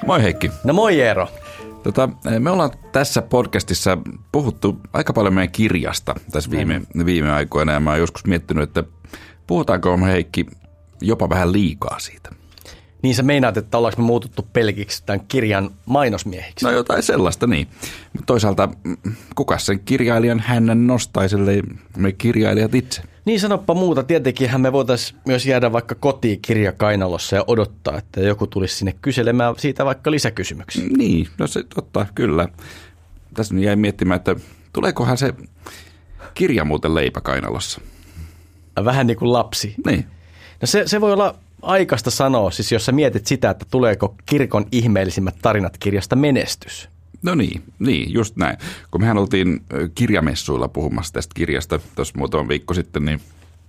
Moi Heikki. No moi Eero. Me ollaan tässä podcastissa puhuttu aika paljon meidän kirjasta tässä viime aikoina ja mä oon joskus miettinyt, että puhutaanko me Heikki jopa vähän liikaa siitä. Niin sä meinaat, että ollaanko me muututtu pelkiksi tämän kirjan mainosmiehiksi? No jotain sellaista, niin. Mutta toisaalta kuka sen kirjailijan hännän nostaisi, ellei me kirjailijat itse? Niin sanoppa muuta. Tietenkinhän me voitaisiin myös jäädä vaikka kotiin kirjakainalossa ja odottaa, että joku tulisi sinne kyselemään siitä vaikka lisäkysymyksiä. Niin, no se totta, kyllä. Tässä jäi miettimään, että tuleekohan se kirja muuten leipäkainalossa? Vähän niin kuin lapsi. Niin. No se voi olla aikaista sanoa, siis jos sä mietit sitä, että tuleeko kirkon ihmeellisimmät tarinat kirjasta menestys. No niin, just näin. Kun mehän oltiin kirjamessuilla puhumassa tästä kirjasta tuossa muutama viikko sitten, niin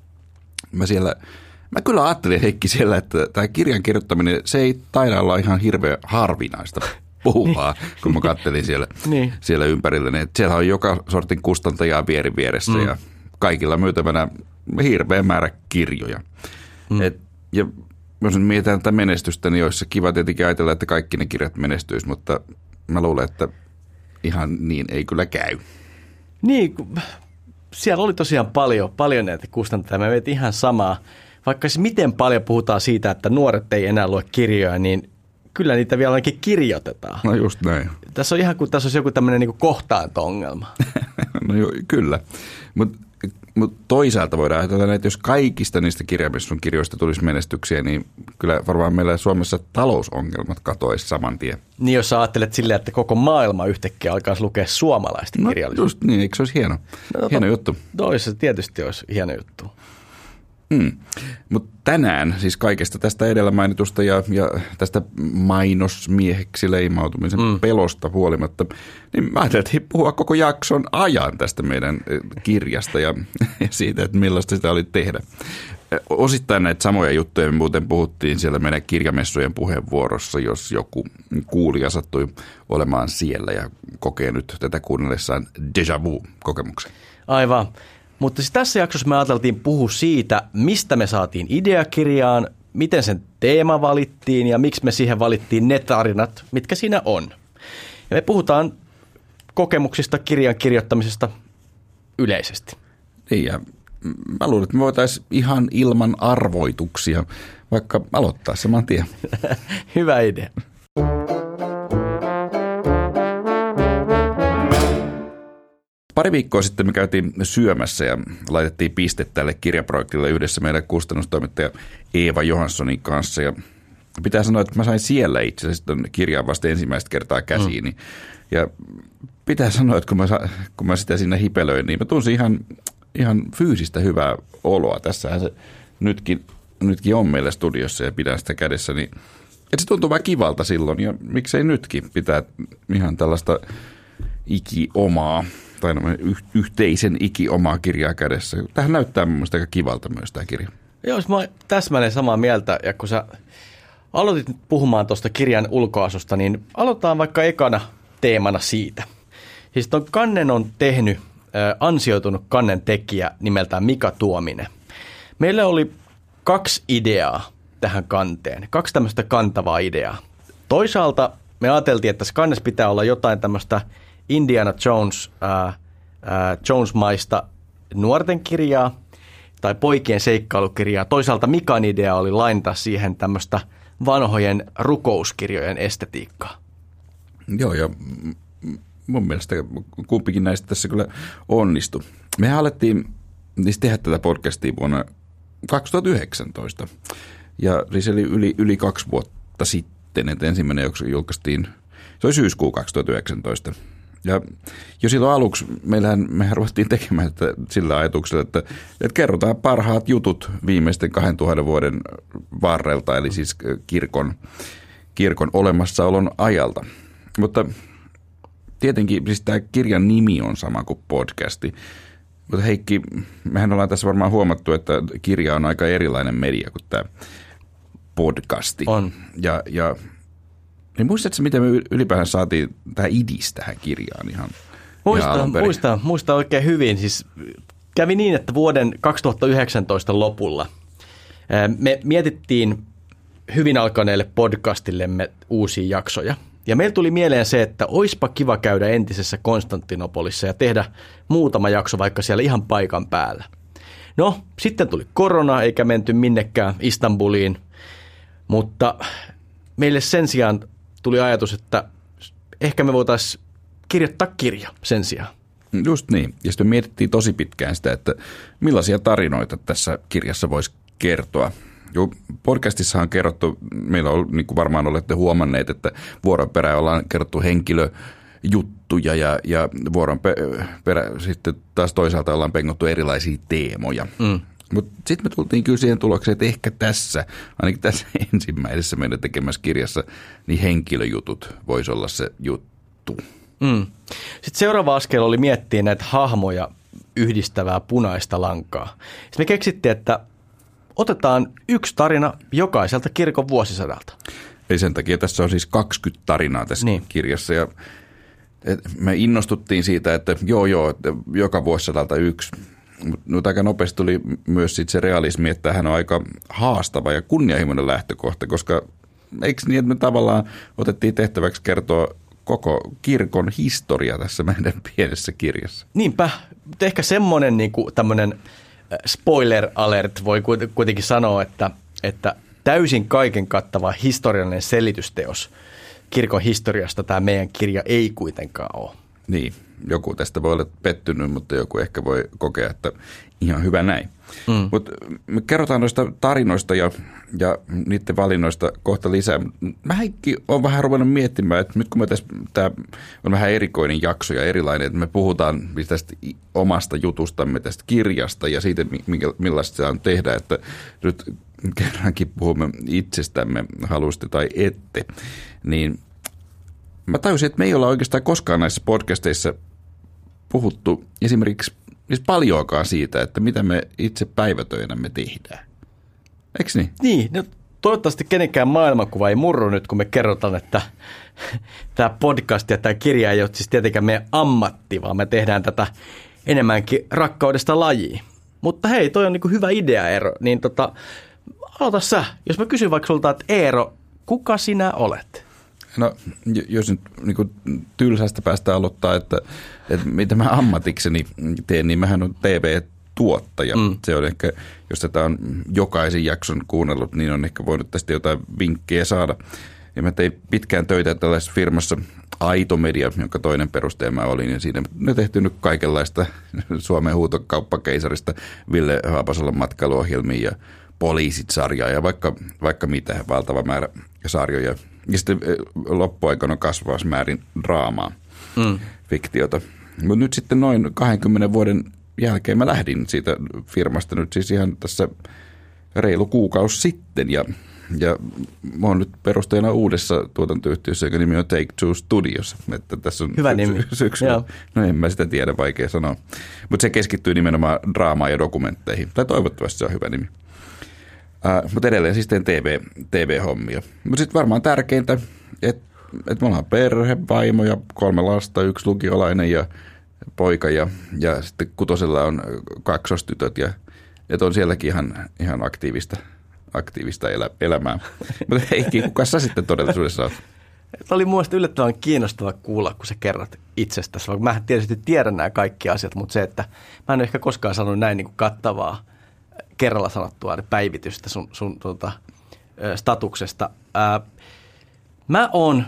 mä kyllä ajattelin Heikki siellä, että tämä kirjan kirjoittaminen, se ei taida olla ihan hirveän harvinaista puhuvaa, kun mä kattelin siellä ympärillä. Niin siellä on joka sortin kustantajaa vieressä ja kaikilla myytävänä hirveä määrä kirjoja. Ja jos mietitään tätä menestystä, niin olisi kiva tietenkin ajatella, että kaikki ne kirjat menestyisi, mutta mä luulen, että ihan niin ei kyllä käy. Niin, siellä oli tosiaan paljon näitä kustantajia. Mä mietin ihan samaa. Vaikka siis miten paljon puhutaan siitä, että nuoret ei enää lue kirjoja, niin kyllä niitä vielä ainakin kirjoitetaan. No just näin. Tässä on ihan kuin tässä olisi joku tämmöinen niin kuin kohtaanto-ongelma. No joo, kyllä. Mutta toisaalta voidaan ajatella, että jos kaikista niistä kirjamessun kirjoista tulisi menestyksiä, niin kyllä varmaan meillä Suomessa talousongelmat katoisi saman tien. Niin, jos sä ajattelet silleen, että koko maailma yhtäkkiä alkaisi lukea suomalaista kirjallisuutta. Just niin, eikö se olisi hieno? Hieno juttu. Se tietysti olisi hieno juttu. Mutta tänään siis kaikesta tästä edellä mainitusta ja tästä mainosmieheksi leimautumisen pelosta huolimatta, niin mä ajattelin puhua koko jakson ajan tästä meidän kirjasta ja siitä, että millaista sitä oli tehdä. Osittain näitä samoja juttuja me muuten puhuttiin siellä meidän kirjamessujen puheenvuorossa, jos joku kuulija sattui olemaan siellä ja kokee nyt tätä kuunnellessaan déjà vu-kokemuksen. Aivan. Mutta tässä jaksossa me ajateltiin puhua siitä, mistä me saatiin ideakirjaan, miten sen teema valittiin ja miksi me siihen valittiin ne tarinat, mitkä siinä on. Ja me puhutaan kokemuksista kirjan kirjoittamisesta yleisesti. Niin ja mä luulen, että me voitaisiin ihan ilman arvoituksia vaikka aloittaa saman tien. Hyvä idea. Pari viikkoa sitten me käytiin syömässä ja laitettiin piste tälle kirjaprojektille yhdessä meidän kustannustoimittaja Eeva Johanssonin kanssa. Ja pitää sanoa, että mä sain siellä itse asiassa ton kirjan vasta ensimmäistä kertaa käsiini. Ja pitää sanoa, että kun mä sitä siinä hipelöin, niin mä tunsin ihan fyysistä hyvää oloa. Tässähän se nytkin on meillä studiossa ja pidän sitä kädessä. Niin, että se tuntuu vähän kivalta silloin ja miksei nytkin pitää ihan tällaista ikiomaa tai yhteisen ikiomaa kirjaa kädessä. Tähän näyttää mun mielestä aika kivalta myös tämä kirja. Joo, mä oon täsmälleen samaa mieltä. Ja kun sä aloitit puhumaan tuosta kirjan ulkoasusta, niin aloitetaan vaikka ekana teemana siitä. Siis ton kannen on tehnyt ansioitunut kannen tekijä nimeltään Mika Tuominen. Meillä oli 2 ideaa tähän kanteen. 2 tämmöistä kantavaa ideaa. Toisaalta me ajateltiin, että se kannessa pitää olla jotain tämmöistä Indiana Jones-maista nuorten kirjaa tai poikien seikkailukirjaa. Toisaalta Mikan idea oli lainata siihen tämmöistä vanhojen rukouskirjojen estetiikkaa. Joo, ja mun mielestä kumpikin näistä tässä kyllä onnistui. Mehän alettiin tehdä tätä podcastia vuonna 2019 ja siis eli yli 2 vuotta sitten, että ensimmäinen jakso julkaistiin, se oli syyskuu 2019. Ja jo silloin aluksi mehän ruvettiin tekemään sillä ajatuksella, että kerrotaan parhaat jutut viimeisten 2000 vuoden varrelta, eli siis kirkon olemassaolon ajalta. Mutta tietenkin siis tämä kirjan nimi on sama kuin podcasti. Mutta Heikki, mehän ollaan tässä varmaan huomattu, että kirja on aika erilainen media kuin tämä podcasti. On. Niin muistatko, miten me ylipäänsä saatiin tämä idis tähän kirjaan ihan Muistan oikein hyvin. Siis kävi niin, että vuoden 2019 lopulla me mietittiin hyvin alkaneelle podcastillemme uusia jaksoja. Ja meillä tuli mieleen se, että oispa kiva käydä entisessä Konstantinopolissa ja tehdä muutama jakso vaikka siellä ihan paikan päällä. No, sitten tuli korona, eikä menty minnekään Istanbuliin, mutta meille sen sijaan tuli ajatus, että ehkä me voitaisiin kirjoittaa kirja sen sijaan. Just niin. Ja sitten me mietittiin tosi pitkään sitä, että millaisia tarinoita tässä kirjassa voisi kertoa. Jo podcastissa on kerrottu, meillä on, niin kuin varmaan olette huomanneet, että vuoron perään ollaan kerrottu henkilöjuttuja ja vuoron perään sitten taas toisaalta ollaan pengottu erilaisia teemoja. Mutta sitten me tultiin kyllä siihen tulokseen, että ehkä tässä, ainakin tässä ensimmäisessä meidän tekemässä kirjassa, niin henkilöjutut voisi olla se juttu. Sitten seuraava askel oli miettiä näitä hahmoja yhdistävää punaista lankaa. Sitten me keksittiin, että otetaan yksi tarina jokaiselta kirkon vuosisadalta. Ei sen takia, tässä on siis 20 tarinaa tässä kirjassa ja me innostuttiin siitä, että että joka vuosisadalta yksi. Mutta aika nopeasti tuli myös sit se realismi, että hän on aika haastava ja kunnianhimoinen lähtökohta, koska eikö niin, että me tavallaan otettiin tehtäväksi kertoa koko kirkon historia tässä meidän pienessä kirjassa. Niinpä. Ehkä semmoinen niinku tämmöinen spoiler alert voi kuitenkin sanoa, että täysin kaiken kattava historiallinen selitysteos kirkon historiasta tämä meidän kirja ei kuitenkaan ole. Niin, joku tästä voi olla pettynyt, mutta joku ehkä voi kokea, että ihan hyvä näin. Mutta me kerrotaan noista tarinoista ja niiden valinnoista kohta lisää. Mäkin olen vähän ruvennut miettimään, että nyt kun tämä on vähän erikoinen jakso ja erilainen, että me puhutaan tästä omasta jutustamme, tästä kirjasta ja siitä, millaista se on tehdä, että nyt kerrankin puhumme itsestämme, halusitte tai ette, niin mä tajusin, että me ei olla oikeastaan koskaan näissä podcasteissa puhuttu esimerkiksi paljoakaan siitä, että mitä me itse päivätöinämme tehdään. Eikö niin? Niin, no, toivottavasti kenenkään maailmankuva ei murru nyt, kun me kerrotaan, että tämä podcast ja tämä kirja ei ole siis tietenkään meidän ammatti, vaan me tehdään tätä enemmänkin rakkaudesta lajiin. Mutta hei, toi on niin kuin hyvä idea, Eero. Niin aloita sä. Jos mä kysyn vaikka sulta, että Eero, kuka sinä olet? No, jos nyt niin tylsästä päästä aloittaa, että mitä mä ammatikseni teen, niin mähän on TV-tuottaja. Se on ehkä, jos tätä on jokaisen jakson kuunnellut, niin on ehkä voinut tästä jotain vinkkejä saada. Ja mä tein pitkään töitä tällaisessa firmassa Aito Media, jonka toinen perustaja mä olin. Ja siinä ne tehty nyt kaikenlaista Suomen huutokauppakeisarista, Ville Haapasalon matkailuohjelmiin ja Poliisit-sarjaa ja vaikka mitä, valtava määrä sarjoja. Ja sitten loppuaikana kasvavassa määrin draamaa, fiktiota. Mutta nyt sitten noin 20 vuoden jälkeen mä lähdin siitä firmasta nyt siis ihan tässä reilu kuukausi sitten. Ja mä oon nyt perustajana uudessa tuotantoyhtiössä, joka nimi on Take Two Studios. Että tässä on hyvä nimi. Syksyllä. No en mä sitä tiedä, vaikea sanoa. Mutta se keskittyy nimenomaan draamaan ja dokumentteihin. Tai toivottavasti se on hyvä nimi. Mutta edelleen siis teen TV-hommia. Mutta sitten varmaan tärkeintä, että me ollaan perhe, vaimo ja 3 lasta, 1 lukiolainen ja poika ja sitten 6 on kaksostytöt ja että on sielläkin ihan aktiivista elämää. Mutta Heikki, kuka sä sitten todellisuudessa olet? Tämä oli mun mielestä yllättävän kiinnostava kuulla, kun sä kerrot itsestäsi. Mähän tietysti tiedän nämä kaikki asiat, mutta se, että mä en ole ehkä koskaan sanonut näin niin kuin kattavaa kerralla sanottua päivitystä sun statuksesta. Mä oon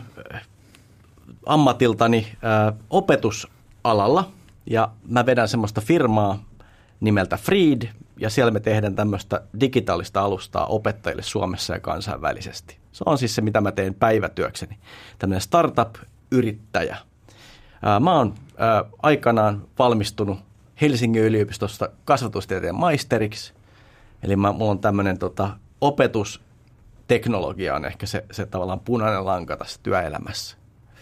ammatiltani opetusalalla ja mä vedän semmoista firmaa nimeltä Freed ja siellä me tehdään tämmöistä digitaalista alustaa opettajille Suomessa ja kansainvälisesti. Se on siis se, mitä mä teen päivätyökseni. Tämmöinen startup-yrittäjä. Mä oon aikanaan valmistunut Helsingin yliopistosta kasvatustieteen maisteriksi. Eli mulla on tämmöinen opetusteknologia on ehkä se tavallaan punainen lanka tässä työelämässä.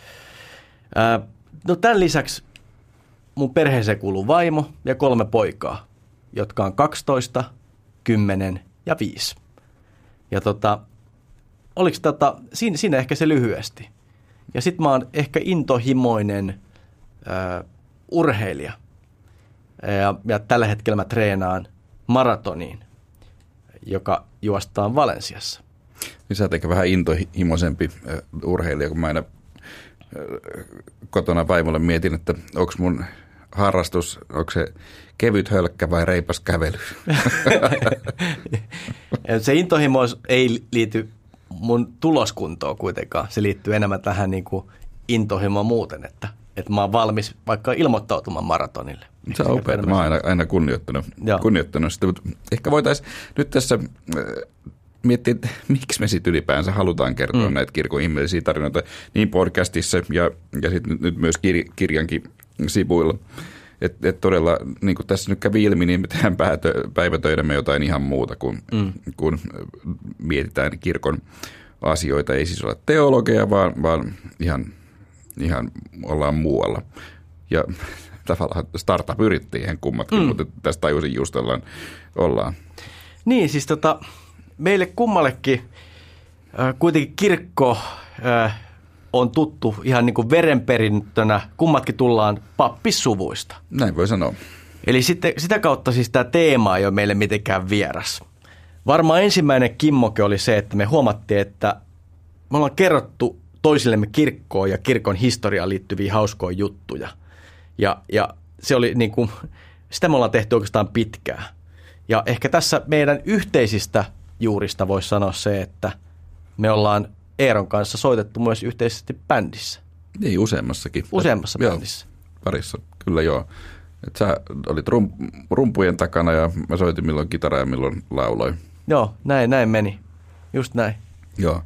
No tämän lisäksi mun perheeseen kuuluu vaimo ja 3 poikaa, jotka on 12, 10 ja 5. Ja oliko siinä ehkä se lyhyesti. Ja sit mä oon ehkä intohimoinen urheilija. Ja tällä hetkellä mä treenaan maratoniin, joka juostaan Valensiassa. Niin sä oot ehkä vähän intohimoisempi urheilija, kun mä aina kotona vaimolle mietin, että onko mun harrastus, onko se kevyt hölkkä vai reipas kävely? Se intohimo ei liity mun tuloskuntoon kuitenkaan. Se liittyy enemmän tähän niin kuin intohimoon muuten, että mä oon valmis vaikka ilmoittautumaan maratonille. Se on upeaa. Mä oon aina kunnioittanut sitä, mutta ehkä voitaisiin nyt tässä miettiä, että miksi me sitten ylipäänsä halutaan kertoa näitä kirkon ihmeellisiä tarinoita niin podcastissa ja sitten nyt myös kirjankin sivuilla. Että todella, niin kuin tässä nyt kävi ilmi, niin me tehdään päivätöidämme jotain ihan muuta kuin mietitään kirkon asioita. Ei siis ole teologia, vaan ihan ollaan muualla. Ja tavallaan startup-yrittäjien kummatkin, mutta tästä tajusin just ollaan. Niin, siis meille kummallekin kuitenkin kirkko on tuttu ihan niin kuin verenperintönä. Kummatkin tullaan pappissuvuista. Näin voi sanoa. Eli sitä kautta siis tämä teema ei ole meille mitenkään vieras. Varmaan ensimmäinen kimmoke oli se, että me huomattiin, että me ollaan kerrottu toisillemme kirkkoon ja kirkon historiaan liittyviä hauskoja juttuja. Ja se oli niin kuin, sitä me ollaan tehty oikeastaan pitkään. Ja ehkä tässä meidän yhteisistä juurista voisi sanoa se, että me ollaan Eeron kanssa soitettu myös yhteisesti bändissä. Niin, useammassakin. Useammassa bändissä. Parissa, kyllä joo. Et sä olit rumpujen takana ja mä soitin milloin kitaraa ja milloin lauloin. Joo, näin meni. Just näin. Joo.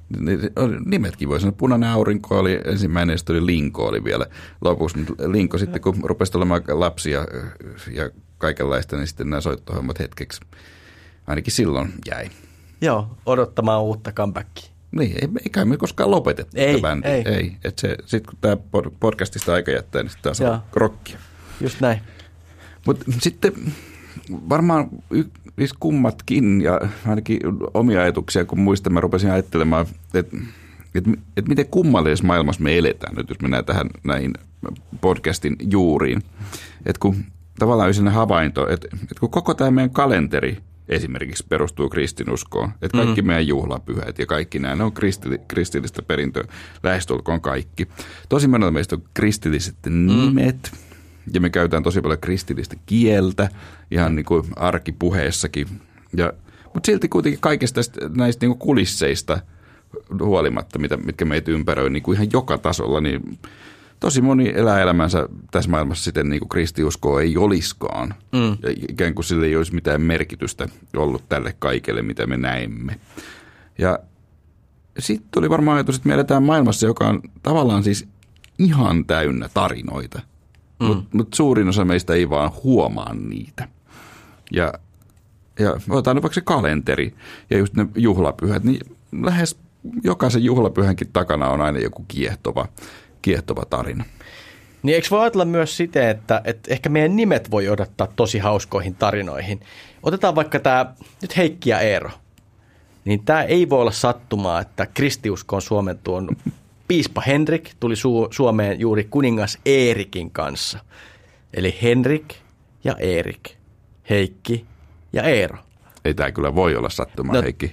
Nimetkin voi sanoa. Punainen aurinko oli ensimmäinen ja sitten oli Linko oli vielä lopuksi. Linko sitten, kun rupesi olemaan lapsia ja kaikenlaista, niin sitten nämä soittohommat hetkeksi ainakin silloin jäi. Joo, odottamaan uutta comebackia. Niin, eikä me koskaan lopetettu tätä bändiä. Ei. Sitten kun tämä podcastista aika jättää, niin sitten taas on rockia. Just näin. Mutta sitten varmaan kummatkin ja ainakin omia ajatuksia, kun muistan, mä rupesin ajattelemaan, että miten kummallisessa maailmassa me eletään nyt, jos mennään näihin podcastin juuriin. Että kun tavallaan on sellainen havainto, että kun koko tämä meidän kalenteri esimerkiksi perustuu kristinuskoon, että kaikki meidän juhlapyhät ja kaikki nämä, ne on kristillistä perintöä, lähestulkoon kaikki. Tosi monella meistä on kristilliset nimet, ja me käytetään tosi paljon kristillistä kieltä, ihan niin kuin arkipuheessakin. Mutta silti kuitenkin kaikista näistä niin kuin kulisseista huolimatta, mitkä meitä ympäröi niin kuin ihan joka tasolla, niin tosi moni elää elämänsä tässä maailmassa siten, niin kuin kristiuskoa ei olisikaan. Ja ikään kuin sille ei olisi mitään merkitystä ollut tälle kaikelle, mitä me näemme. Ja sitten tuli varmaan ajatus, että me eletään maailmassa, joka on tavallaan siis ihan täynnä tarinoita. Mutta suurin osa meistä ei vaan huomaa niitä. Ja otetaan nyt vaikka se kalenteri ja just ne juhlapyhät, niin lähes jokaisen juhlapyhänkin takana on aina joku kiehtova tarina. Niin eikö voi ajatella myös siten, että ehkä meidän nimet voi odottaa tosi hauskoihin tarinoihin. Otetaan vaikka tämä nyt Heikki ja Eero. Niin tämä ei voi olla sattumaa, että kristiuskoon Suomen tuon piispa Henrik tuli Suomeen juuri kuningas Eerikin kanssa. Eli Henrik ja Erik, Heikki ja Eero. Ei tämä kyllä voi olla sattumaa, Heikki.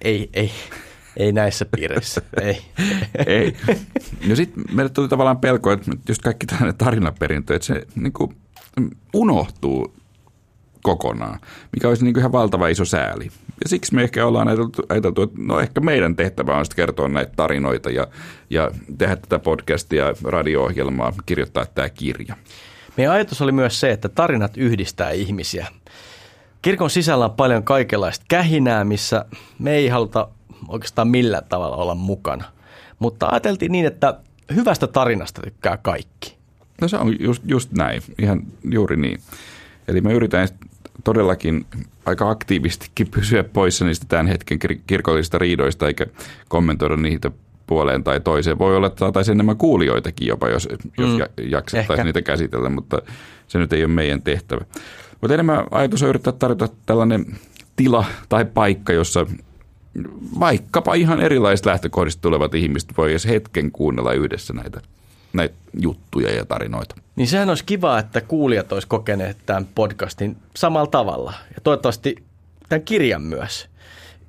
Ei näissä piireissä, ei. No sitten meille tuli tavallaan pelko, että just kaikki tällainen tarinaperintö, että se niin kuin unohtuu kokonaan, mikä olisi niin kuin ihan valtava iso sääli. Ja siksi me ehkä ollaan ajateltu, että no ehkä meidän tehtävä on sitten kertoa näitä tarinoita ja tehdä tätä podcastia, radio-ohjelmaa, kirjoittaa tämä kirja. Meidän ajatus oli myös se, että tarinat yhdistää ihmisiä. Kirkon sisällä on paljon kaikenlaista kähinää, missä me ei haluta oikeastaan millään tavalla olla mukana. Mutta ajateltiin niin, että hyvästä tarinasta tykkää kaikki. No se on just näin, ihan juuri niin. Eli me yritän todellakin aika aktiivistikin pysyä poissa niistä tämän hetken kirkollisista riidoista, eikä kommentoida niitä puoleen tai toiseen. Voi olla, että saataisiin enemmän kuulijoitakin jopa, jos jaksettaisiin niitä käsitellä, mutta se nyt ei ole meidän tehtävä. Mutta enemmän ajatus on yrittää tarjota tällainen tila tai paikka, jossa vaikkapa ihan erilaisista lähtökohdista tulevat ihmiset voi edes hetken kuunnella yhdessä näitä juttuja ja tarinoita. Niin sehän olisi kiva, että kuulijat olisi kokeneet tämän podcastin samalla tavalla ja toivottavasti tämän kirjan myös.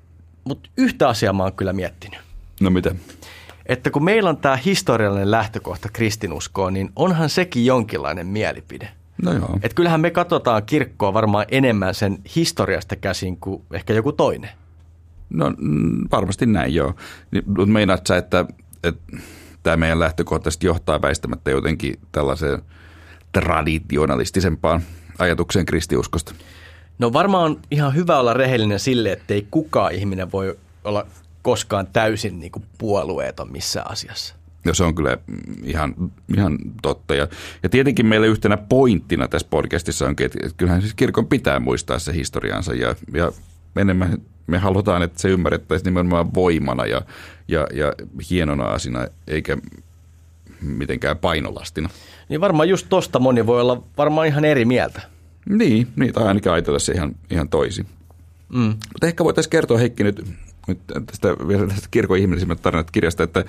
Mutta yhtä asiaa mä oon kyllä miettinyt. No mitä? Että kun meillä on tämä historiallinen lähtökohta kristinuskoon, niin onhan sekin jonkinlainen mielipide. No joo. Että kyllähän me katsotaan kirkkoa varmaan enemmän sen historiasta käsin kuin ehkä joku toinen. No varmasti näin, joo. Mutta meinaat sä, että tämä meidän lähtökohtaisesti johtaa väistämättä jotenkin tällaiseen traditionalistisempaan ajatukseen kristiuskosta? No varmaan on ihan hyvä olla rehellinen sille, että ei kukaan ihminen voi olla koskaan täysin niin kuin puolueeton missään asiassa. No se on kyllä ihan totta. Ja tietenkin meille yhtenä pointtina tässä podcastissa onkin, että kyllähän siis kirkon pitää muistaa se historiansa ja enemmän me halutaan, että se ymmärrettäisiin nimenomaan voimana ja hienona asiana, eikä mitenkään painolastina. Niin varmaan just tosta moni voi olla varmaan ihan eri mieltä. Niin tai ainakin ajatella se ihan toisin. Mutta ehkä voitaisiin kertoa, Heikki, nyt tästä kirkon ihmeellisimmät tarinat -kirjasta, että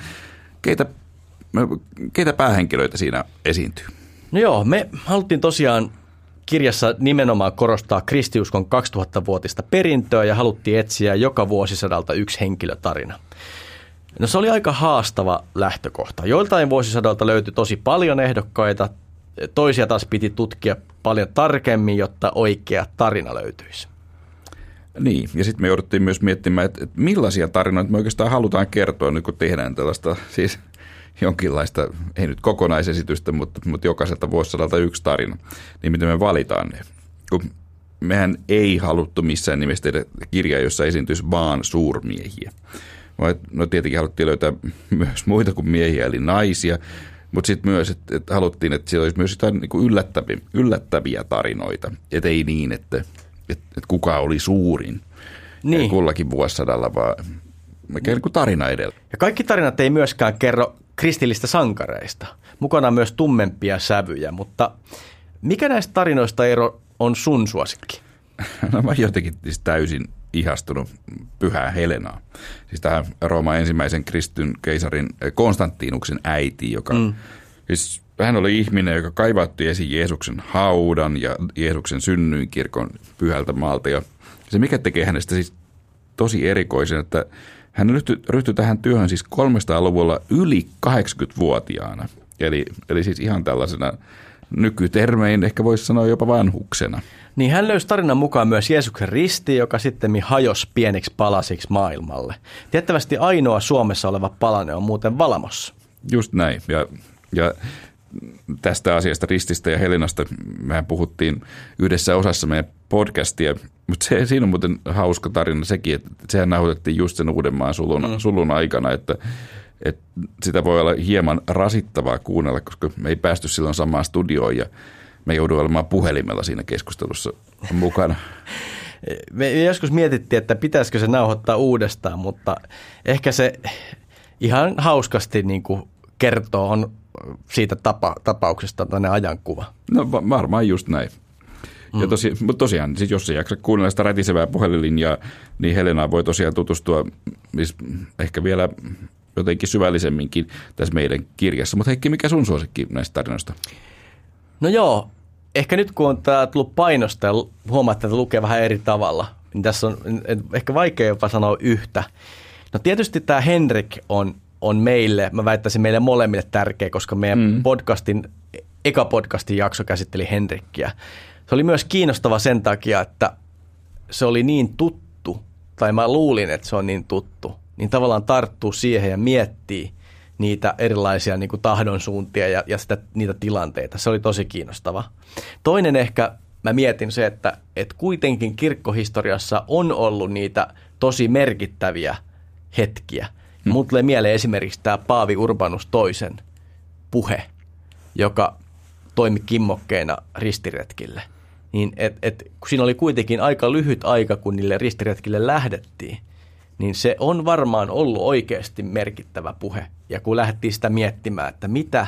keitä päähenkilöitä siinä esiintyy? No joo, me haluttiin tosiaan kirjassa nimenomaan korostaa kristiuskon 2000-vuotista perintöä ja haluttiin etsiä joka vuosisadalta yksi henkilötarina. No se oli aika haastava lähtökohta. Joiltain vuosisadalta löytyi tosi paljon ehdokkaita, toisia taas piti tutkia paljon tarkemmin, jotta oikea tarina löytyisi. Niin, ja sitten me jouduttiin myös miettimään, että millaisia tarinoita me oikeastaan halutaan kertoa, nyt kun tehdään tällaista siis jonkinlaista, ei nyt kokonaisesitystä, mutta jokaiselta vuosisadalta yksi tarina, niin miten me valitaan ne. Kun mehän ei haluttu missään nimessä tehdä kirjaa, jossa esiintyisi vaan suurmiehiä. No tietenkin haluttiin löytää myös muita kuin miehiä, eli naisia, mutta sitten myös, että haluttiin, että siellä olisi myös jotain niin kuin yllättäviä tarinoita. Et ei niin, että kuka oli suurin niin kullakin vuosisadalla, vaan mikä niin tarina edellä. Ja kaikki tarinat ei myöskään kerro kristillistä sankareista. Mukana on myös tummempia sävyjä, mutta mikä näistä tarinoista, Eero, on sun suosikki? No mä jotenkin siis täysin ihastunut Pyhää Helenaa. Siis tähän Rooman ensimmäisen kristyn keisarin Konstantinuksen äiti, joka siis hän oli ihminen, joka kaivautti esiin Jeesuksen haudan ja Jeesuksen synnyinkirkon Pyhältä maalta. Ja se, mikä tekee hänestä siis tosi erikoisen, että hän ryhtyi tähän työhön siis 300-luvulla yli 80-vuotiaana. Eli siis ihan tällaisena nykytermein ehkä voisi sanoa jopa vanhuksena. Niin hän löysi tarinan mukaan myös Jeesuksen risti, joka sitten hajosi pieniksi palasiksi maailmalle. Tiettävästi ainoa Suomessa oleva palane on muuten Valamossa. Just näin. Ja tästä asiasta, rististä ja Helenasta, mehän puhuttiin yhdessä osassa meidän podcastia, mutta siinä on muuten hauska tarina sekin, että sehän nauhoitettiin just sen Uudenmaan sulun aikana, että sitä voi olla hieman rasittavaa kuunnella, koska me ei päästy silloin samaan studioon ja me joudumme olemaan puhelimella siinä keskustelussa mukana. Me joskus mietittiin, että pitäisikö se nauhoittaa uudestaan, mutta ehkä se ihan hauskasti niin kuin kertoo on siitä tapauksesta tänne ajankuva. No varmaan just näin. Ja mutta tosiaan, siis jos ei jaksa kuunnella sitä rätisevää puhelinlinjaa, niin Helena voi tosiaan tutustua ehkä vielä jotenkin syvällisemminkin tässä meidän kirjassa. Mutta Heikki, mikä sun suosikki näistä tarinoista? No joo, ehkä nyt kun on tämä tullut painosta ja huomaatte, että lukee vähän eri tavalla, niin tässä on ehkä vaikea jopa sanoa yhtä. No tietysti tämä Henrik on meille, mä väittäisin meille molemmille tärkeä, koska meidän eka podcastin jakso käsitteli Henrikkiä. Se oli myös kiinnostava sen takia, että se oli niin tuttu, tai mä luulin, että se on niin tuttu, niin tavallaan tarttuu siihen ja miettii niitä erilaisia niin kuin tahdonsuuntia ja niitä tilanteita. Se oli tosi kiinnostava. Toinen ehkä mä mietin se, että kuitenkin kirkkohistoriassa on ollut niitä tosi merkittäviä hetkiä. Mut tulee mieleen esimerkiksi tämä Paavi Urbanus II puhe, joka toimi kimmokkeena ristiretkille. Niin kun siinä oli kuitenkin aika lyhyt aika, kun niille ristiretkille lähdettiin, niin se on varmaan ollut oikeasti merkittävä puhe. Ja kun lähdettiin sitä miettimään, että mitä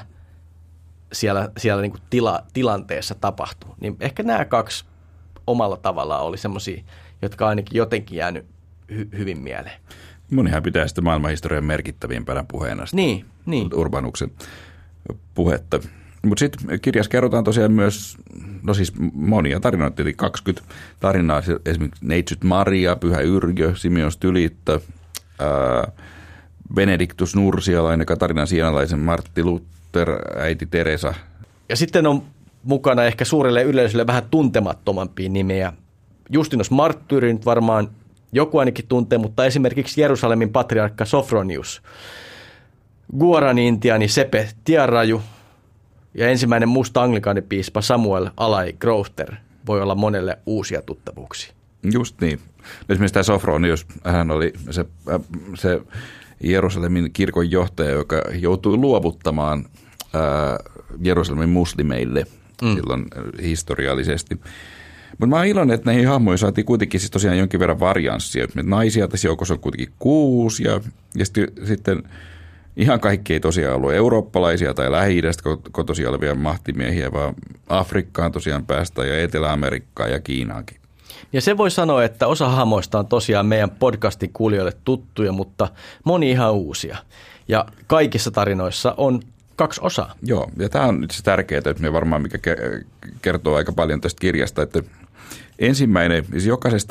siellä niin kuin tilanteessa tapahtuu, niin ehkä nämä kaksi omalla tavallaan oli semmoisia, jotka ainakin jotenkin jäänyt hyvin mieleen. Monihan pitää sitä maailmanhistorian merkittävimpänä puheena. Niin. Urbanuksen puhetta. Mutta sitten kirjassa kerrotaan tosiaan myös, no siis monia tarinoita, eli 20 tarinaa, esimerkiksi Neitsyt Maria, Pyhä Yrjö, Simeon Stylittä, Benediktus Nursialainen, Katarinan Sienalaisen, Martti Luther, äiti Teresa. Ja sitten on mukana ehkä suurelle yleisölle vähän tuntemattomampia nimiä. Justinus Marttyyri nyt varmaan joku ainakin tuntee, mutta esimerkiksi Jerusalemin patriarkka Sophronius, Guarani-intiaani Sepe Tiaraju ja ensimmäinen musta anglikaanipiispa Samuel Alai Growther voi olla monelle uusia tuttavuuksia. Just niin. Esimerkiksi tämä Sophronius, hän oli se Jerusalemin kirkon johtaja, joka joutui luovuttamaan Jerusalemin muslimeille silloin historiallisesti. Mutta mä oon iloinen, että näihin hahmoihin saatiin kuitenkin siis tosiaan jonkin verran varianssia. Naisia tässä joukossa on kuitenkin 6 ja sitten ihan kaikki ei tosiaan ollut eurooppalaisia tai Lähi-idästä kotoisin olevia mahtimiehiä, vaan Afrikkaan tosiaan päästään ja Etelä-Amerikkaan ja Kiinaankin. Ja se voi sanoa, että osa hahmoista on tosiaan meidän podcastin kuulijoille tuttuja, mutta moni ihan uusia. Ja kaikissa tarinoissa on 2 osaa. Joo, ja tämä on nyt se tärkeää, että me varmaan mikä kertoo aika paljon tästä kirjasta, että ensimmäinen, siis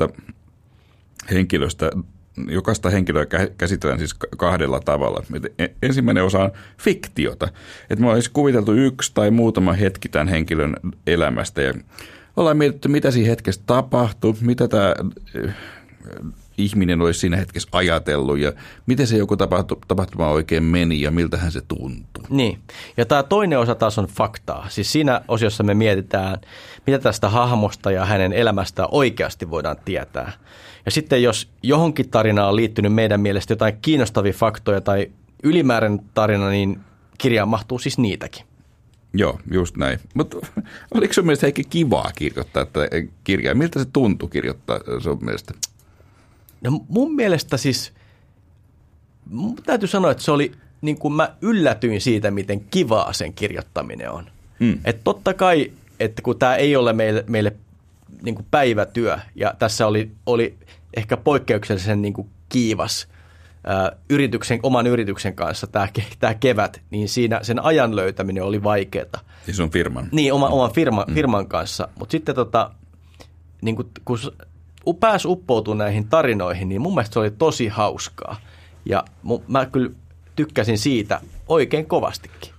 jokaista henkilöä käsitellään siis 2 tavalla. Ensimmäinen osa on fiktiota, että me olisi kuviteltu 1 tai muutama hetki tämän henkilön elämästä ja ollaan mietitty, mitä siinä hetkessä tapahtui, mitä tämä ihminen olisi siinä hetkessä ajatellut ja miten se joku tapahtuma oikein meni ja miltähän se tuntui. Niin, ja tämä toinen osa taas on faktaa. Siis siinä osiossa me mietitään, mitä tästä hahmosta ja hänen elämästään oikeasti voidaan tietää. Ja sitten jos johonkin tarinaan on liittynyt meidän mielestä jotain kiinnostavia faktoja tai ylimääräinen tarina, niin kirjaan mahtuu siis niitäkin. Joo, just näin. Mutta oliko sun mielestä Heikki kivaa kirjoittaa tätä kirjaa? Miltä se tuntui kirjoittaa sun mielestä? No mun mielestä siis, täytyy sanoa, että se oli, niin kuin mä yllätyin siitä, miten kivaa sen kirjoittaminen on. Että totta kai, että kun tämä ei ole meille niin kuin päivätyö ja tässä oli ehkä poikkeuksellisen niin kuin kiivas oman yrityksen kanssa tämä kevät, niin siinä sen ajan löytäminen oli vaikeaa. Siis on firman. Niin, oman firman kanssa. Mutta sitten niin kun pääsi uppoutumaan näihin tarinoihin, niin mun mielestä se oli tosi hauskaa. Ja mä kyllä tykkäsin siitä oikein kovastikin.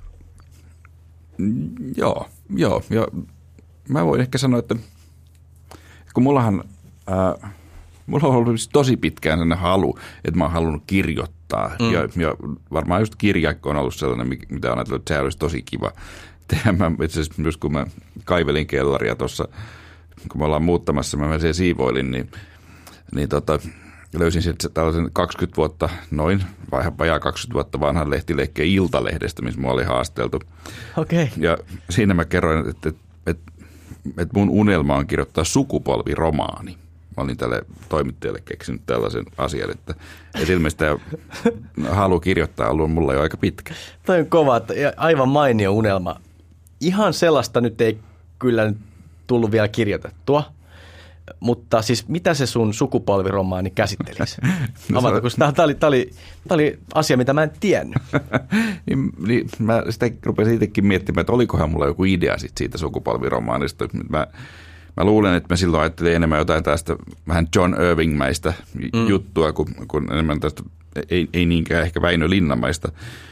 Joo. Ja mä voin ehkä sanoa, että kun mulla on ollut tosi pitkään sellainen halu, että mä oon halunnut kirjoittaa. Ja varmaan just kirja on ollut sellainen, mitä on ajatellut, että se olisi tosi kiva tehdä. Itse asiassa myös kun mä kaivelin kellaria tuossa, kun me ollaan muuttamassa, mä siellä siivoilin, niin löysin sitten tällaisen 20 vuotta, vajaa 20 vuotta vanhan lehtileikkeen Iltalehdestä, missä mua oli haasteltu. Okay. Ja siinä mä kerroin, että mun unelma on kirjoittaa sukupolviromaani. Mä olin tälle toimittajalle keksinyt tällaisen asian, että ilmeisesti tämä halu kirjoittaa on ollut mulla jo aika pitkä. Toi on kova, aivan mainio unelma. Ihan sellaista nyt ei kyllä nyt tullut vielä kirjoitettua, mutta siis mitä se sun sukupolviromaani käsittelisi? Tämä oli asia, mitä mä en tiennyt. niin, mä sitä rupesin itsekin miettimään, että olikohan mulla joku idea siitä sukupolviromaanista. Mä luulen, että mä silloin ajattelin enemmän jotain tästä vähän John Irving-mäistä juttua, kuin enemmän tästä, ei niinkään ehkä Väinö Linnanmaista.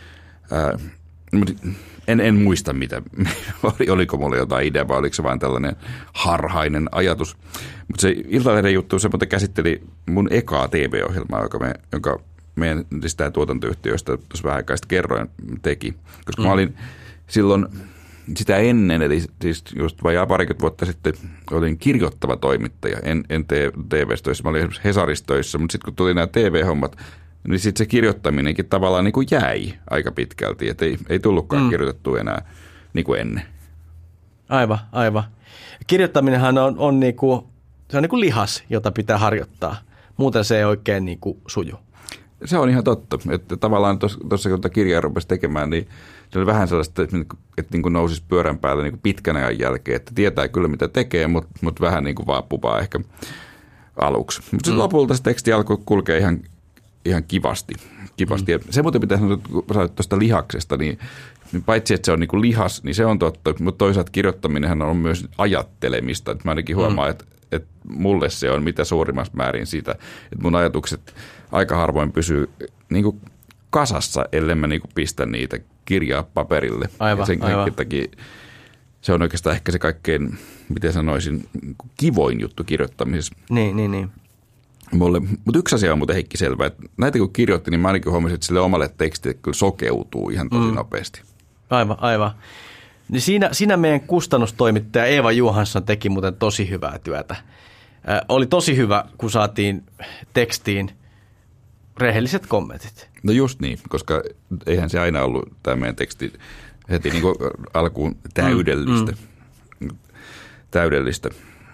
En muista, oliko mulla jotain idea, vai oliko se vain tällainen harhainen ajatus. Mutta se Iltalehden juttu, se muuten käsitteli mun ekaa TV-ohjelmaa, jonka meidän siis tämä tuotantoyhtiö, josta tuossa vähän aikaa sitten kerroin, teki. Koska mä olin silloin sitä ennen, eli siis just vajaa parikymmentä vuotta sitten olin kirjoittava toimittaja, en TV-stöissä, mä olin esimerkiksi Hesaristöissä, mutta sitten kun tuli nämä TV-hommat, niin sitten se kirjoittaminenkin tavallaan niin kuin jäi aika pitkälti, että ei tullutkaan kirjoitettua enää niin kuin ennen. Aivan. Kirjoittaminenhan on niin kuin, se on niin kuin lihas, jota pitää harjoittaa. Muuten se ei oikein niin kuin suju. Se on ihan totta, että tavallaan tuossa kun kirjaa rupesi tekemään, niin se oli vähän sellaista, että niin kuin nousisi pyörän päälle niin kuin pitkän ajan jälkeen, että tietää kyllä mitä tekee, mutta vähän niin kuin vaapupaa ehkä aluksi. Mutta lopulta se teksti alkoi kulkea ihan kivasti. kipasti. Ja se muuten pitää sanoa, kun sanoit tuosta lihaksesta, niin paitsi että se on niin kuin lihas, niin se on totta, mutta toisaalta kirjoittaminenhan on myös ajattelemista. Että mä ainakin huomaan, että mulle se on mitä suurimmassa määrin sitä, että mun ajatukset aika harvoin pysyy niin kuin kasassa, ellei mä niin kuin pistä niitä kirjaa paperille. Aivan. Takia se on oikeastaan ehkä se kaikkein, miten sanoisin, kivoin juttu kirjoittamisessa. Niin. Mutta yksi asia on muuten Heikki selvä, että näitä kun kirjoitti, niin mä ainakin huomasin, että sille omalle tekstille kyllä sokeutuu ihan tosi nopeasti. Aivan. Niin siinä meidän kustannustoimittaja Eeva Johansson teki muuten tosi hyvää työtä. Oli tosi hyvä, kun saatiin tekstiin rehelliset kommentit. No just niin, koska eihän se aina ollut tämä meidän teksti heti niin kuin alkuun täydellistä.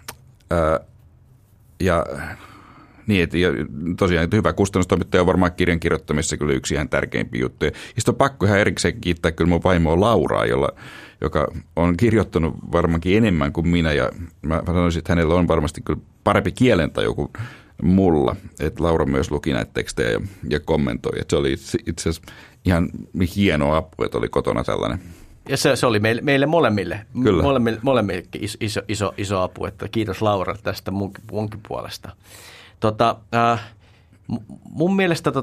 Ja niin, että tosiaan että hyvä kustannustoimittaja on varmaan kirjan kirjoittamisessa kyllä yksi ihan tärkeimpiä juttuja. Ja sitten on pakko ihan erikseen kiittää kyllä mun vaimoa Lauraa, joka on kirjoittanut varmaankin enemmän kuin minä. Ja mä sanoisin, että hänellä on varmasti kyllä parempi kielentaju kuin mulla. Että Laura myös luki näitä tekstejä ja kommentoi. Että se oli itse asiassa ihan hieno apu, että oli kotona tällainen. Ja se oli meille molemmille iso apu, että kiitos Laura tästä munkin puolesta. Mun mielestä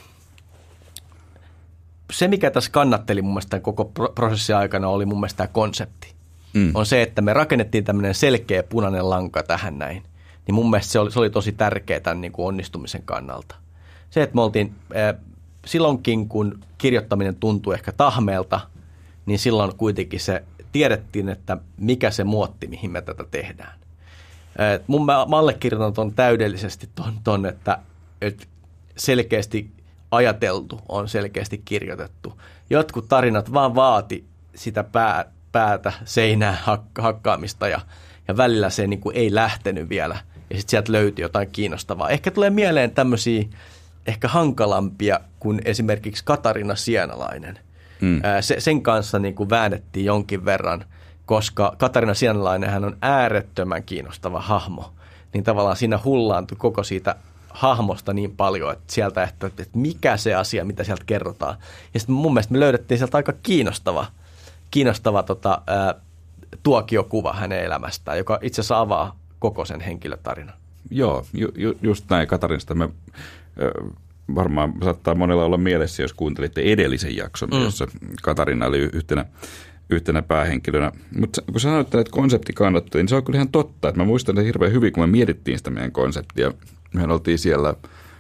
se, mikä tässä kannatteli mun mielestä koko prosessin aikana, oli mun mielestä tämä konsepti. On se, että me rakennettiin tämmöinen selkeä punainen lanka tähän näin. Niin mun mielestä se oli tosi tärkeää tämän niin kuin onnistumisen kannalta. Se, että me oltiin silloinkin, kun kirjoittaminen tuntui ehkä tahmeelta, niin silloin kuitenkin se tiedettiin, että mikä se muotti, mihin me tätä tehdään. Mä allekirjoitan tuon täydellisesti ton, että selkeästi ajateltu on selkeästi kirjoitettu. Jotkut tarinat vaan vaati sitä päätä seinään hakkaamista ja välillä se niin kuin ei lähtenyt vielä ja sitten sieltä löytyi jotain kiinnostavaa. Ehkä tulee mieleen tämmöisiä ehkä hankalampia kuin esimerkiksi Katarina Sienalainen. Sen kanssa niin kuin väännettiin jonkin verran, koska Katarina Sienalainenhan on äärettömän kiinnostava hahmo. Niin tavallaan siinä hullaantui koko siitä hahmosta niin paljon, että sieltä, että mikä se asia, mitä sieltä kerrotaan. Ja sitten mun mielestä me löydettiin sieltä aika kiinnostava tuokiokuva hänen elämästään, joka itse asiassa avaa koko sen henkilötarinan. Joo, just näin Katarinasta. Varmaan saattaa monella olla mielessä, jos kuuntelitte edellisen jakson, jossa Katarina oli yhtenä päähenkilönä. Mutta kun sanoit, että konsepti kannattaa, niin se on kyllä ihan totta. Että mä muistan että hirveän hyvin, kun me mietittiin sitä meidän konseptia. Mehän oltiin siellä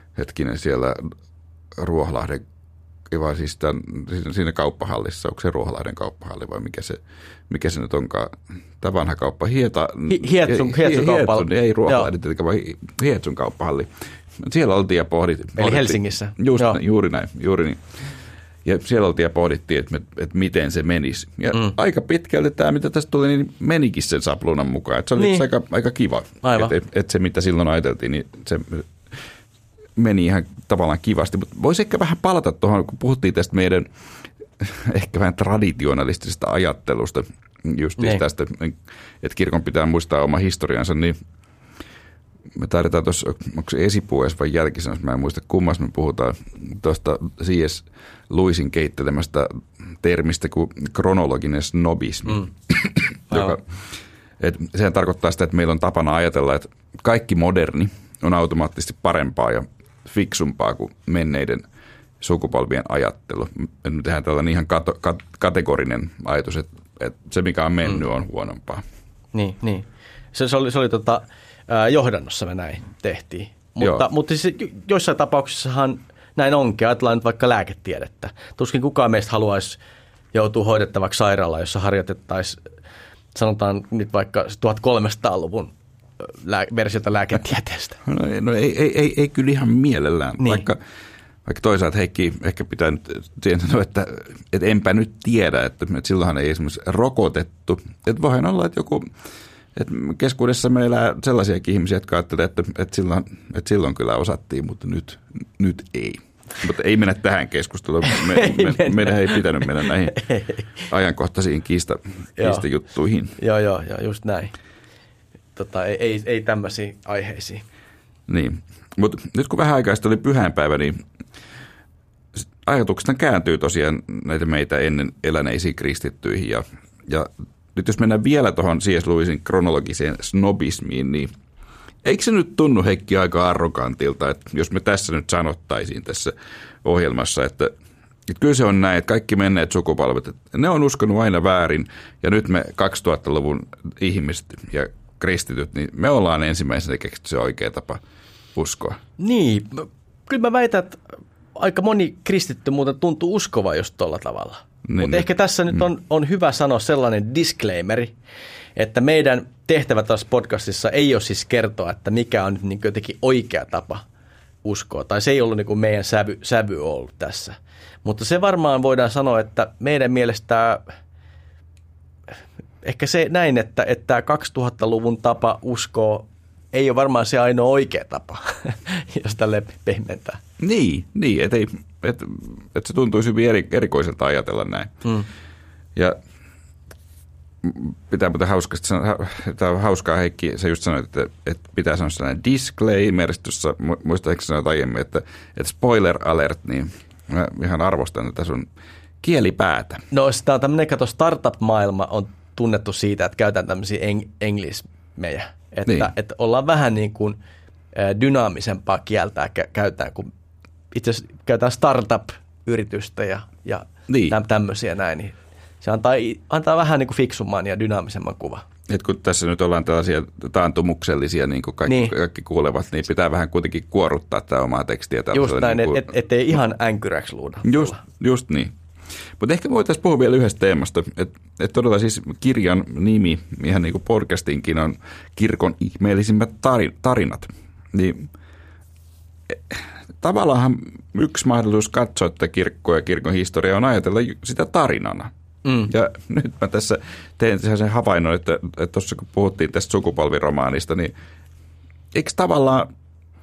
Ruoholahden, vai siis siinä kauppahallissa. Onko se Ruoholahden kauppahalli vai mikä se nyt onkaan? Tämä vanha kauppa. Hietsun kauppahalli. Ei Ruoholahden, vaan Hietsun kauppahalli. Siellä oltiin ja pohdittiin. Eli Helsingissä. Juuri näin, juuri niin. Ja siellä oltiin ja pohdittiin, että miten se menisi. Ja aika pitkälti tämä, mitä tästä tuli, niin menikin sen sapluunan mukaan. Että se oli aika kiva. Että se, mitä silloin ajateltiin, niin se meni ihan tavallaan kivasti. Mutta voisi ehkä vähän palata tuohon, kun puhuttiin tästä meidän ehkä vähän traditionalistisesta ajattelusta. Just tästä, että kirkon pitää muistaa oma historiansa, niin me taidetaan tuossa, onko se esipuheessa vai jälkisenossa, mä en muista kummassa me puhutaan tuosta C.S. Lewisin keittelemästä termistä kuin kronologinen snobismi. Sehän tarkoittaa sitä, että meillä on tapana ajatella, että kaikki moderni on automaattisesti parempaa ja fiksumpaa kuin menneiden sukupolvien ajattelu. Me tehdään tällainen ihan kategorinen ajatus, että se mikä on mennyt on huonompaa. Niin. Se oli johdannossa me näin tehtiin. Mutta siis joissain tapauksissahan näin onkin. Ajatellaan nyt vaikka lääketiedettä. Tuskin kukaan meistä haluaisi joutua hoidettavaksi sairaalaan, jossa harjoitettaisiin, sanotaan nyt vaikka 1300-luvun versiota lääketieteestä. No ei kyllä ihan mielellään. Niin. Vaikka toisaalta Heikki ehkä pitää nyt sanoa, että enpä nyt tiedä, että silloinhan ei esimerkiksi rokotettu. Että voihan olla, että joku... Että keskuudessa meillä on sellaisiakin ihmisiä, jotka ajattelee, että silloin kyllä osattiin, mutta nyt ei. Mutta ei mennä tähän keskusteluun. Meidän ei pitänyt mennä näihin ajankohtaisiin kiistajuttuihin. Joo, just näin. Ei tämmöisiin aiheisiin. Niin, mutta nyt kun vähän aikaa sitten oli pyhäinpäivä, niin ajatuksena kääntyy tosiaan näitä meitä ennen eläneisiin kristittyihin. Ja nyt jos mennään vielä tuohon C.S. Lewisin kronologiseen snobismiin, niin eikö se nyt tunnu, Heikki, aika arrogantilta, että jos me tässä nyt sanottaisiin tässä ohjelmassa, että kyllä se on näin, että kaikki menneet sukupolvet, että ne on uskonut aina väärin, ja nyt me 2000-luvun ihmiset ja kristityt, niin me ollaan ensimmäisenä keksitty se oikea tapa uskoa. Niin, kyllä mä väitän, että aika moni kristitty muuten tuntuu uskova just tuolla tavalla. Mutta ehkä tässä nyt on hyvä sanoa sellainen disclaimeri, että meidän tehtävä tässä podcastissa ei ole siis kertoa, että mikä on nyt niin jotenkin oikea tapa uskoa. Tai se ei ollut niin kuin meidän sävy ollut tässä. Mutta se varmaan voidaan sanoa, että meidän mielestä ehkä se näin, että 2000-luvun tapa uskoa ei ole varmaan se ainoa oikea tapa, jos tälle pehmentää. Niin että se tuntuisi hyvin erikoiselta ajatella näin. Ja pitää muuten hauskaa, Heikki, sä just sanoit, että pitää sanoa sellainen disclaimer, tuossa muistaakseni sanoit aiemmin, että spoiler alert, niin mä ihan arvostan tätä sun kielipäätä. No tämä on tämmöinen, kato, startup-maailma on tunnettu siitä, että käytetään tämmöisiä englismejä, että ollaan vähän niin kuin dynaamisempaa kieltä käytetään, kun itse asiassa käytetään startup-yritystä ja tämmöisiä näin, niin se antaa vähän niin kuin fiksumman ja dynaamisemman kuvan. Et kun tässä nyt ollaan tällaisia taantumuksellisia, niin kuin kaikki kuulevat, niin pitää vähän kuitenkin kuoruttaa tämä omaa tekstiä. Just näin, niin ettei ihan änkyräksi luuda. Just niin. Mutta ehkä voitaisiin puhua vielä yhdestä teemasta, että todella siis kirjan nimi, ihan niin kuin podcastinkin, on Kirkon ihmeellisimmät tarinat. Niin tavallaan yksi mahdollisuus katsoa tätä kirkkoa ja kirkon historiaa on ajatella sitä tarinana. Ja nyt mä tässä teen sen havainnon, että tuossa kun puhuttiin tästä sukupolviromaanista, niin eikö tavallaan,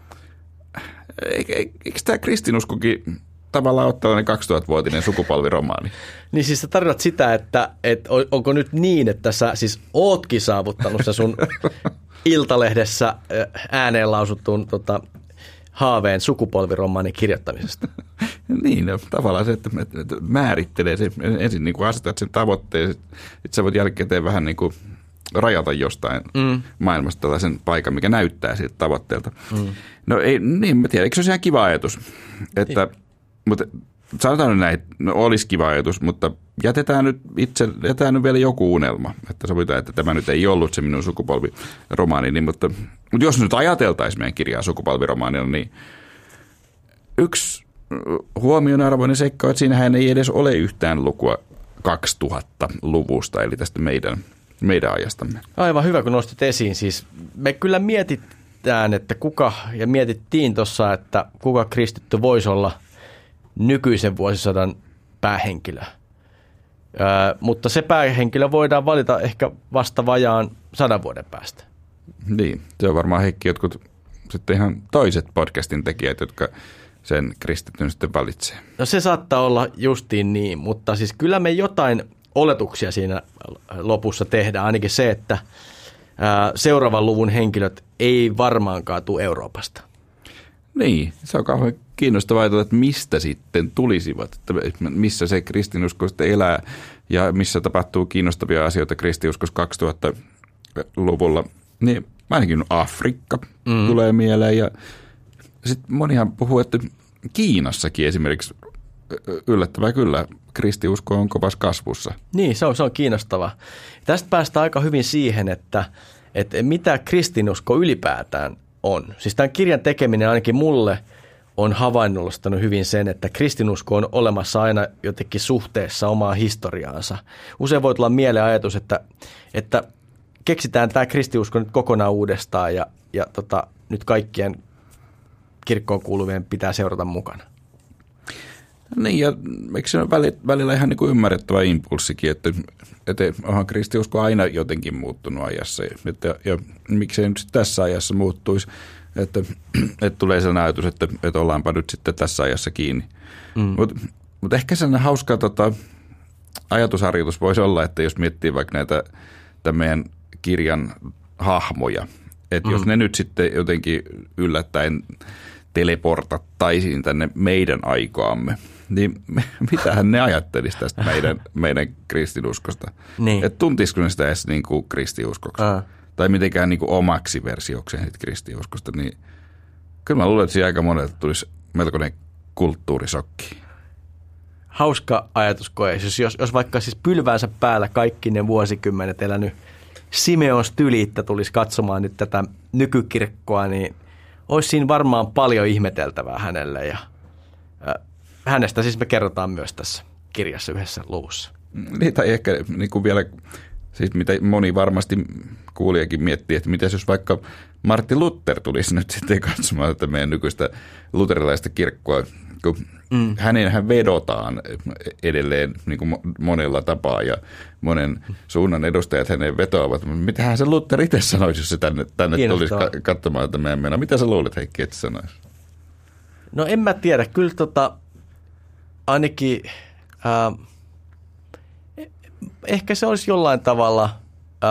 eikö tämä kristinuskokin tavallaan ole tällainen 2000-vuotinen sukupolviromaani? Niin siis sä tarkoitat sitä, että onko nyt niin, että sä siis ootkin saavuttanut se sun Iltalehdessä ääneen lausuttuun haaveen sukupolviromaanin kirjoittamisesta? Niin, no, tavallaan se, että määrittelee se, ensin niin kuin asetat sen tavoitteen, että sä voit jälkikäteen vähän niin kuin rajata jostain maailmasta tällaisen paikan, mikä näyttää siltä tavoitteelta. No ei, niin mä tiedän, eikö se ole ihan kiva ajatus? Mutta sanotaan nyt näin, no olisi kiva ajatus, mutta jätetään nyt vielä joku unelma, että sovitaan, että tämä nyt ei ollut se minun sukupolviromaani, mutta jos nyt ajateltaisiin meidän kirjaa sukupolviromaanina, niin yksi huomionarvoinen seikka on, että siinähän ei edes ole yhtään lukua 2000-luvusta, eli tästä meidän ajastamme. Aivan hyvä, kun nostit esiin. Siis me kyllä mietitään, että mietittiin tuossa, että kuka kristitty voisi olla nykyisen vuosisadan päähenkilö. Mutta se päähenkilö voidaan valita ehkä vasta vajaan 100 vuoden päästä. Niin, se on varmaan Heikki jotkut sitten ihan toiset podcastin tekijät, jotka sen kristityn sitten valitsee. No se saattaa olla justiin niin, mutta siis kyllä me jotain oletuksia siinä lopussa tehdään. Ainakin se, että seuraavan luvun henkilöt ei varmaankaan tule Euroopasta. Niin, se on kauhean kiinnostavaa ajatella, että mistä sitten tulisivat, että missä se kristinusko sitten elää ja missä tapahtuu kiinnostavia asioita kristinuskossa 2000-luvulla. Niin ainakin Afrikka tulee mieleen ja sitten monihan puhuu, että Kiinassakin esimerkiksi yllättävää kyllä kristiusko on kovassa kasvussa. Niin, se on kiinnostavaa. Tästä päästään aika hyvin siihen, että mitä kristinusko ylipäätään on. Siis tämän kirjan tekeminen ainakin mulle on havainnollistanut hyvin sen, että kristinusko on olemassa aina jotenkin suhteessa omaan historiaansa. Usein voi tulla mieleen ajatus, että keksitään tämä kristiusko nyt kokonaan uudestaan ja nyt kaikkien kirkkoon kuuluvien pitää seurata mukana. Niin, ja eikö se ole välillä ihan niin kuin ymmärrettävä impulssikin, että onhan kristiusko aina jotenkin muuttunut ajassa, ja miksei nyt tässä ajassa muuttuisi, että tulee sellainen ajatus, että ollaanpa nyt sitten tässä ajassa kiinni. Mutta ehkä sellainen hauska ajatusharjoitus voisi olla, että jos miettii vaikka näitä tämän meidän kirjan hahmoja, että jos ne nyt sitten jotenkin yllättäen teleportattaisiin tänne meidän aikaamme, niin mitähän ne ajattelisi tästä meidän kristinuskosta? Niin. Että tuntisiko ne sitä edes niin kuin kristiuskoksi? Tai mitenkään niin kuin omaksi versiokseen kristiuskosta, niin kyllä mä luulen, että siinä aika monelta tulisi melkoinen kulttuurisokki. Hauska ajatuskoe. Jos vaikka siis pylväänsä päällä kaikki ne vuosikymmenet elänyt Simeon Stylittä tulisi katsomaan nyt tätä nykykirkkoa, niin olisi siinä varmaan paljon ihmeteltävää hänelle. Ja hänestä siis me kerrotaan myös tässä kirjassa yhdessä luvussa. Niin, tai ehkä niin kuin vielä, siis mitä moni varmasti kuulijakin miettii, että mitäs jos vaikka Martin Luther tulisi nyt sitten katsomaan tätä meidän nykyistä luterilaista kirkkoa, kun hänenhän vedotaan edelleen niin kuin monella tapaa ja monen suunnan edustajat hänen vetoavat. Mitähän se Luther itse sanoisi, jos se tänne tulisi katsomaan tätä meidän menoa? Mitä sä luulet, Heikki, että sanoisi? No en mä tiedä. Kyllä ainakin ehkä se olisi jollain tavalla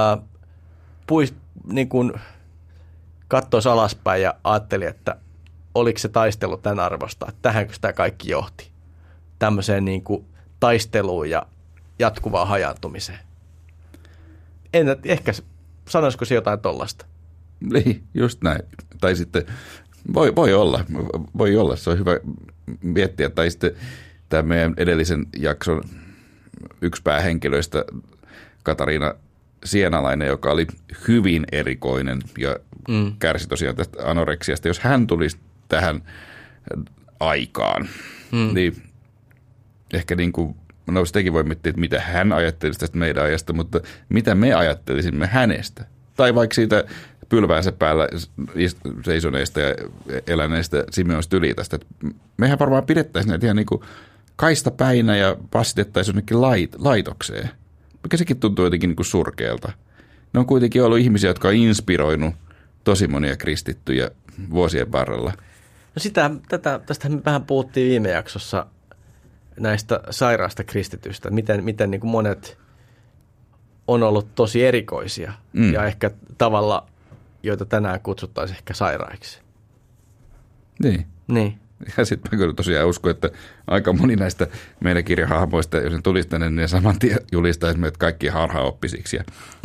niin kuin katsoisi alaspäin ja ajatteli, että oliko se taistelu tämän arvosta, että tähänkö sitä kaikki johti tämmöiseen niin kuin taisteluun ja jatkuvaan hajaantumiseen. Ehkä sanoisiko se jotain tollaista? Niin, just näin. Tai sitten voi olla, se on hyvä miettiä. Tai sitten tämä meidän edellisen jakson yksi päähenkilöistä, Katariina Sienalainen, joka oli hyvin erikoinen ja kärsi tosiaan tästä anoreksiasta. Jos hän tulisi tähän aikaan, niin ehkä niin kuin, no sitäkin voi miettiä, että mitä hän ajattelisi tästä meidän ajasta, mutta mitä me ajattelisimme hänestä. Tai vaikka siitä pylväänsä päällä seisoneista ja eläneistä Simeon Stylitästä. Mehän varmaan pidettäisiin näitä ihan niin kuin kaistapäinä ja passitettaisiin jonnekin laitokseen. Mikä sekin tuntuu jotenkin niin kuin surkealta. Ne on kuitenkin ollut ihmisiä, jotka on inspiroinut tosi monia kristittyjä vuosien varrella. No tästä me vähän puhuttiin viime jaksossa näistä sairaasta kristitystä, miten niin kuin monet on ollut tosi erikoisia ja ehkä tavalla, joita tänään kutsuttaisiin ehkä sairaiksi. Niin. Ja sitten mä kyllä tosiaan uskon, että aika moni näistä meidän kirjahahmoista, jos ne tulisi tänne, niin saman tien julistaisi meidät kaikki harhaoppisiksi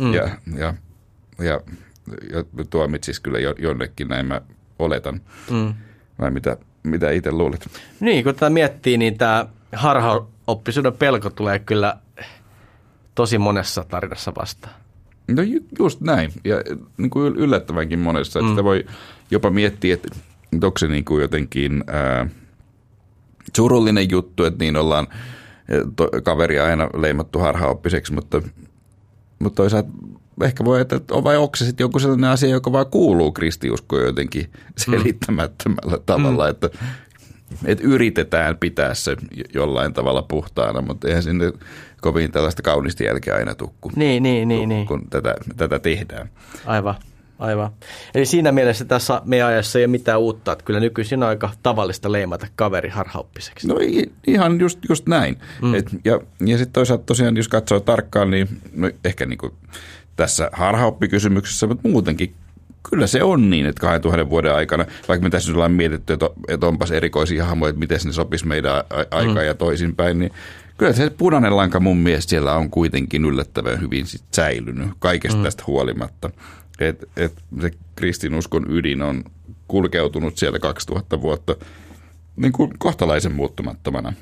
ja tuomitsisi kyllä jonnekin, näin mä oletan. Vai mitä itse luulet? Niin, kun tätä miettii, niin tämä harhaoppisuuden pelko tulee kyllä tosi monessa tarinassa vastaan. No just näin, ja niin kuin yllättävänkin monessa. Että sitä voi jopa miettiä, että onko se niin kuin jotenkin surullinen juttu, että niin ollaan kaveria aina leimattu harhaoppiseksi, mutta toisaalta ehkä voi ajatella, että onko se sitten joku sellainen asia, joka vaan kuuluu kristiuskoon jotenkin selittämättömällä tavalla, että yritetään pitää se jollain tavalla puhtaana, mutta eihän sinne kovin tällaista kaunista jälkeä aina tukku, kun tätä tehdään. Aivan. Eli siinä mielessä tässä meidän ajassa ei ole mitään uutta, että kyllä nykyisin on aika tavallista leimata kaveri harhaoppiseksi. No ihan just näin. Ja sitten toisaalta tosiaan, jos katsoo tarkkaan, niin no ehkä niin kuin tässä harhaoppikysymyksessä, mutta muutenkin kyllä se on niin, että 2000 vuoden aikana, vaikka me tässä nyt ollaan mietitty, että onpas erikoisia hahmoja, että miten ne sopisi meidän aikaan ja toisinpäin, niin kyllä se punainen lanka mun mielestä siellä on kuitenkin yllättävän hyvin sit säilynyt kaikesta tästä huolimatta. Et se kristinuskon ydin on kulkeutunut siellä 2000 vuotta niin kuin kohtalaisen muuttumattomana.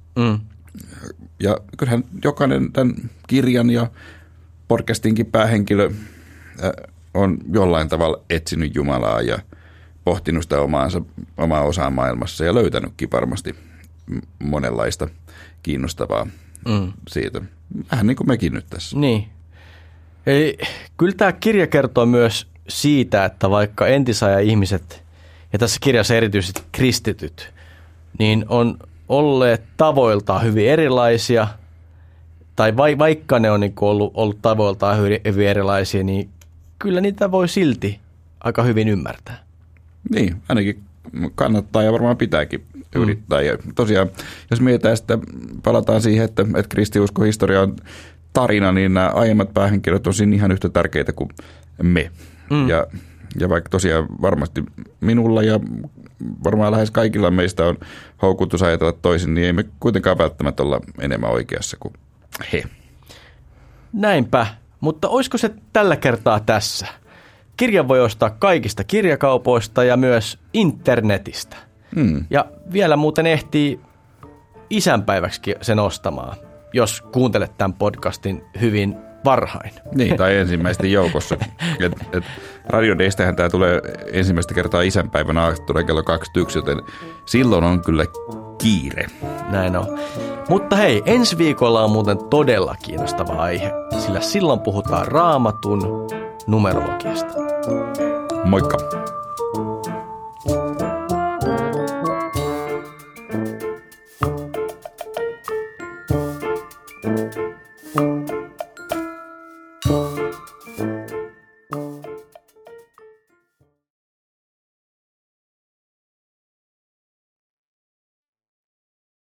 Ja kyllähän jokainen tämän kirjan ja podcastinkin päähenkilö on jollain tavalla etsinyt Jumalaa ja pohtinut sitä omaa osaa maailmassa ja löytänytkin varmasti monenlaista kiinnostavaa siitä. Vähän niin kuin mekin nyt tässä. Niin. Eli kyllä tämä kirja kertoo myös siitä, että vaikka entisajan ihmiset, ja tässä kirjassa erityisesti kristityt, niin on olleet tavoiltaan hyvin erilaisia, tai vaikka ne on niin ollut tavoiltaan hyvin erilaisia, niin kyllä niitä voi silti aika hyvin ymmärtää. Niin, ainakin kannattaa ja varmaan pitääkin yrittää. Ja tosiaan, jos mietitään sitä, palataan siihen, että kristiuskohistoria on tarina, niin nämä aiemmat päähenkilöt on siinä ihan yhtä tärkeitä kuin me. Ja vaikka tosiaan varmasti minulla ja varmaan lähes kaikilla meistä on houkutus ajatella toisin, niin ei me kuitenkaan välttämättä olla enemmän oikeassa kuin he. Näinpä, mutta olisiko se tällä kertaa tässä? Kirjan voi ostaa kaikista kirjakaupoista ja myös internetistä. Ja vielä muuten ehtii isänpäiväksikin sen ostamaan, jos kuuntelet tämän podcastin hyvin varhain. Niin, tai ensimmäisten joukossa. Radio Daystähän tämä tulee ensimmäistä kertaa isänpäivänä aattuna kello 21, joten silloin on kyllä kiire. Näin on. Mutta hei, ensi viikolla on muuten todella kiinnostava aihe, sillä silloin puhutaan Raamatun numerologiasta. Moikka!